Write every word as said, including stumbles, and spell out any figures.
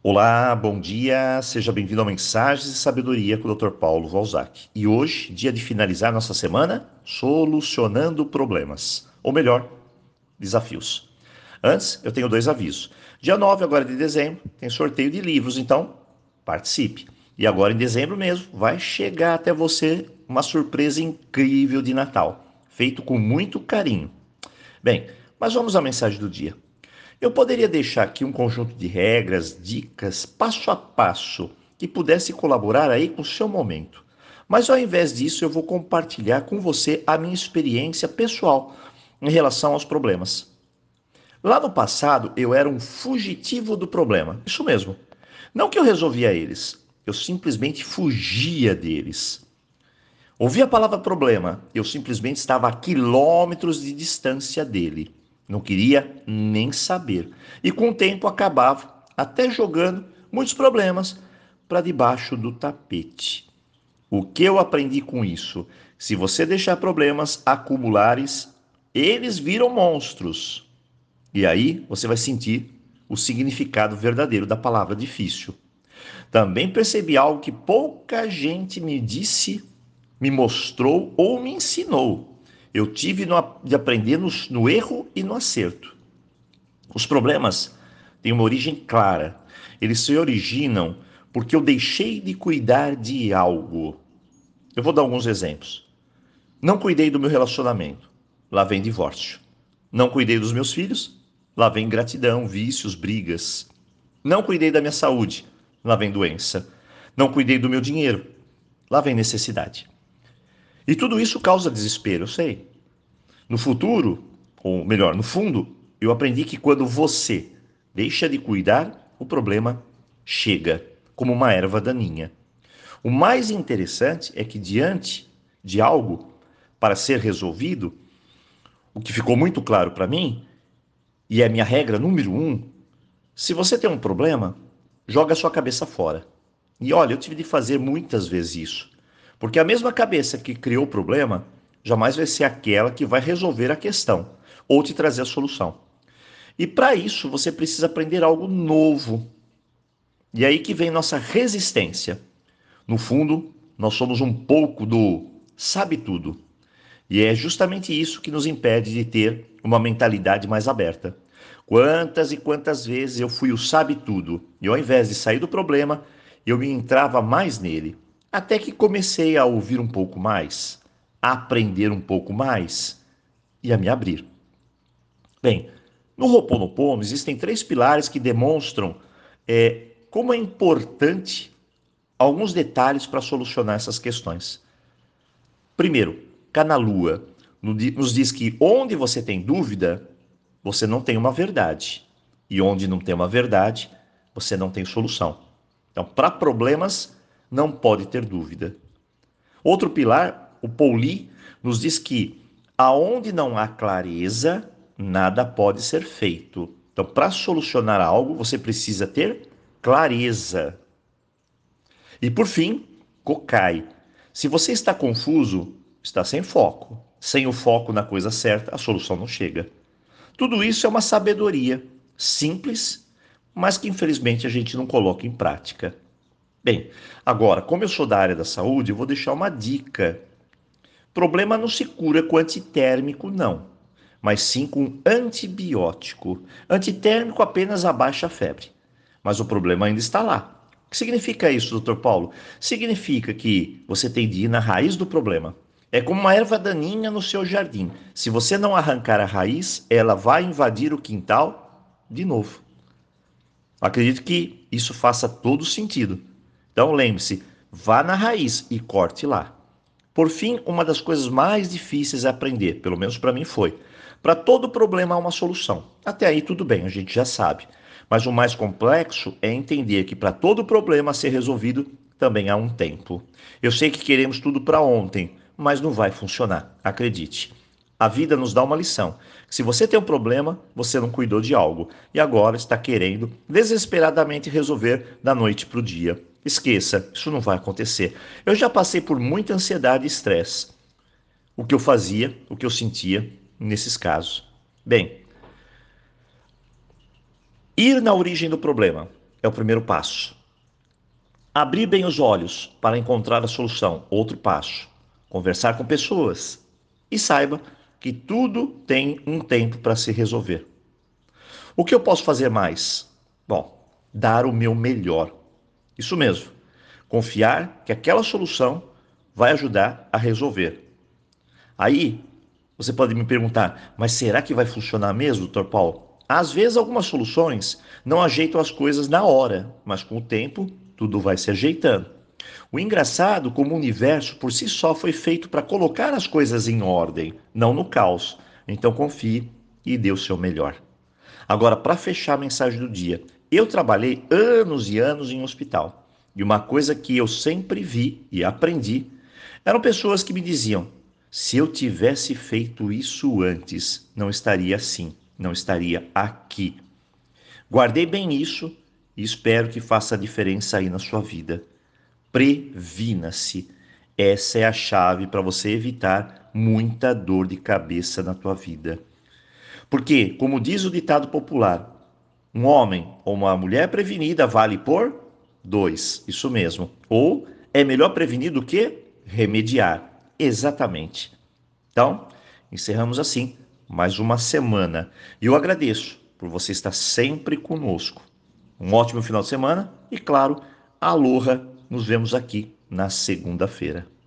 Olá, bom dia, seja bem-vindo ao Mensagens de Sabedoria com o doutor Paulo Valzac. E hoje, dia de finalizar nossa semana, solucionando problemas, ou melhor, desafios. Antes, eu tenho dois avisos. Dia nove agora de dezembro, tem sorteio de livros, então participe. E agora em dezembro mesmo, vai chegar até você uma surpresa incrível de Natal, feito com muito carinho. Bem, mas vamos à mensagem do dia. Eu poderia deixar aqui um conjunto de regras, dicas, passo a passo, que pudesse colaborar aí com o seu momento. Mas ao invés disso, eu vou compartilhar com você a minha experiência pessoal em relação aos problemas. Lá no passado, eu era um fugitivo do problema. Isso mesmo. Não que eu resolvia eles, eu simplesmente fugia deles. Ouvi a palavra problema, eu simplesmente estava a quilômetros de distância dele. Não queria nem saber. E com o tempo acabava até jogando muitos problemas para debaixo do tapete. O que eu aprendi com isso? Se você deixar problemas acumulares, eles viram monstros. E aí você vai sentir o significado verdadeiro da palavra difícil. Também percebi algo que pouca gente me disse, me mostrou ou me ensinou. Eu tive no, de aprender no, no erro e no acerto. Os problemas têm uma origem clara. Eles se originam porque eu deixei de cuidar de algo. Eu vou dar alguns exemplos. Não cuidei do meu relacionamento. Lá vem divórcio. Não cuidei dos meus filhos. Lá vem ingratidão, vícios, brigas. Não cuidei da minha saúde. Lá vem doença. Não cuidei do meu dinheiro. Lá vem necessidade. E tudo isso causa desespero, eu sei. No futuro, ou melhor, no fundo, eu aprendi que quando você deixa de cuidar, o problema chega como uma erva daninha. O mais interessante é que diante de algo para ser resolvido, o que ficou muito claro para mim, e é a minha regra número um, se você tem um problema, joga a sua cabeça fora. E olha, eu tive de fazer muitas vezes isso. Porque a mesma cabeça que criou o problema jamais vai ser aquela que vai resolver a questão ou te trazer a solução. E para isso você precisa aprender algo novo. E é aí que vem nossa resistência. No fundo, nós somos um pouco do sabe tudo. E é justamente isso que nos impede de ter uma mentalidade mais aberta. Quantas e quantas vezes eu fui o sabe tudo e ao invés de sair do problema, eu me entrava mais nele. Até que comecei a ouvir um pouco mais, a aprender um pouco mais e a me abrir. Bem, no Ho'oponopono existem três pilares que demonstram é, como é importante alguns detalhes para solucionar essas questões. Primeiro, Kanalua nos diz que onde você tem dúvida, você não tem uma verdade. E onde não tem uma verdade, você não tem solução. Então, para problemas, não pode ter dúvida. Outro pilar, o Pauli, nos diz que aonde não há clareza, nada pode ser feito. Então, para solucionar algo, você precisa ter clareza. E por fim, Kokai. Se você está confuso, está sem foco. Sem o foco na coisa certa, a solução não chega. Tudo isso é uma sabedoria simples, mas que infelizmente a gente não coloca em prática. Bem, agora, como eu sou da área da saúde, eu vou deixar uma dica. Problema não se cura com antitérmico, não, mas sim com antibiótico. Antitérmico apenas abaixa a febre, mas o problema ainda está lá. O que significa isso, doutor Paulo? Significa que você tem de ir na raiz do problema. É como uma erva daninha no seu jardim. Se você não arrancar a raiz, ela vai invadir o quintal de novo. Acredito que isso faça todo sentido. Então lembre-se, vá na raiz e corte lá. Por fim, uma das coisas mais difíceis a aprender, pelo menos para mim foi, para todo problema há uma solução. Até aí tudo bem, a gente já sabe. Mas o mais complexo é entender que para todo problema ser resolvido também há um tempo. Eu sei que queremos tudo para ontem, mas não vai funcionar, acredite. A vida nos dá uma lição. Se você tem um problema, você não cuidou de algo e agora está querendo desesperadamente resolver da noite para o dia. Esqueça, isso não vai acontecer. Eu já passei por muita ansiedade e estresse. O que eu fazia, o que eu sentia nesses casos. Bem, ir na origem do problema. é o primeiro passo. Abrir bem os olhos para encontrar a solução, outro passo. Conversar com pessoas e saiba que tudo tem um tempo para se resolver. O que eu posso fazer mais? Bom, dar o meu melhor. Isso mesmo. Confiar que aquela solução vai ajudar a resolver. Aí, você pode me perguntar, mas será que vai funcionar mesmo, doutor Paulo? Às vezes, algumas soluções não ajeitam as coisas na hora, mas com o tempo, tudo vai se ajeitando. O engraçado, como o universo por si só foi feito para colocar as coisas em ordem, não no caos. Então confie e dê o seu melhor. Agora, para fechar a mensagem do dia, eu trabalhei anos e anos em um hospital. E uma coisa que eu sempre vi e aprendi eram pessoas que me diziam: se eu tivesse feito isso antes, não estaria assim, não estaria aqui. Guardei bem isso e espero que faça a diferença aí na sua vida. Previna-se. Essa é a chave para você evitar muita dor de cabeça na tua vida. Porque, como diz o ditado popular, um homem ou uma mulher prevenida vale por dois. Isso mesmo. Ou é melhor prevenir do que remediar. Exatamente. Então, encerramos assim mais uma semana. E eu agradeço por você estar sempre conosco. Um ótimo final de semana e, claro, aloha. Nos vemos aqui na segunda-feira.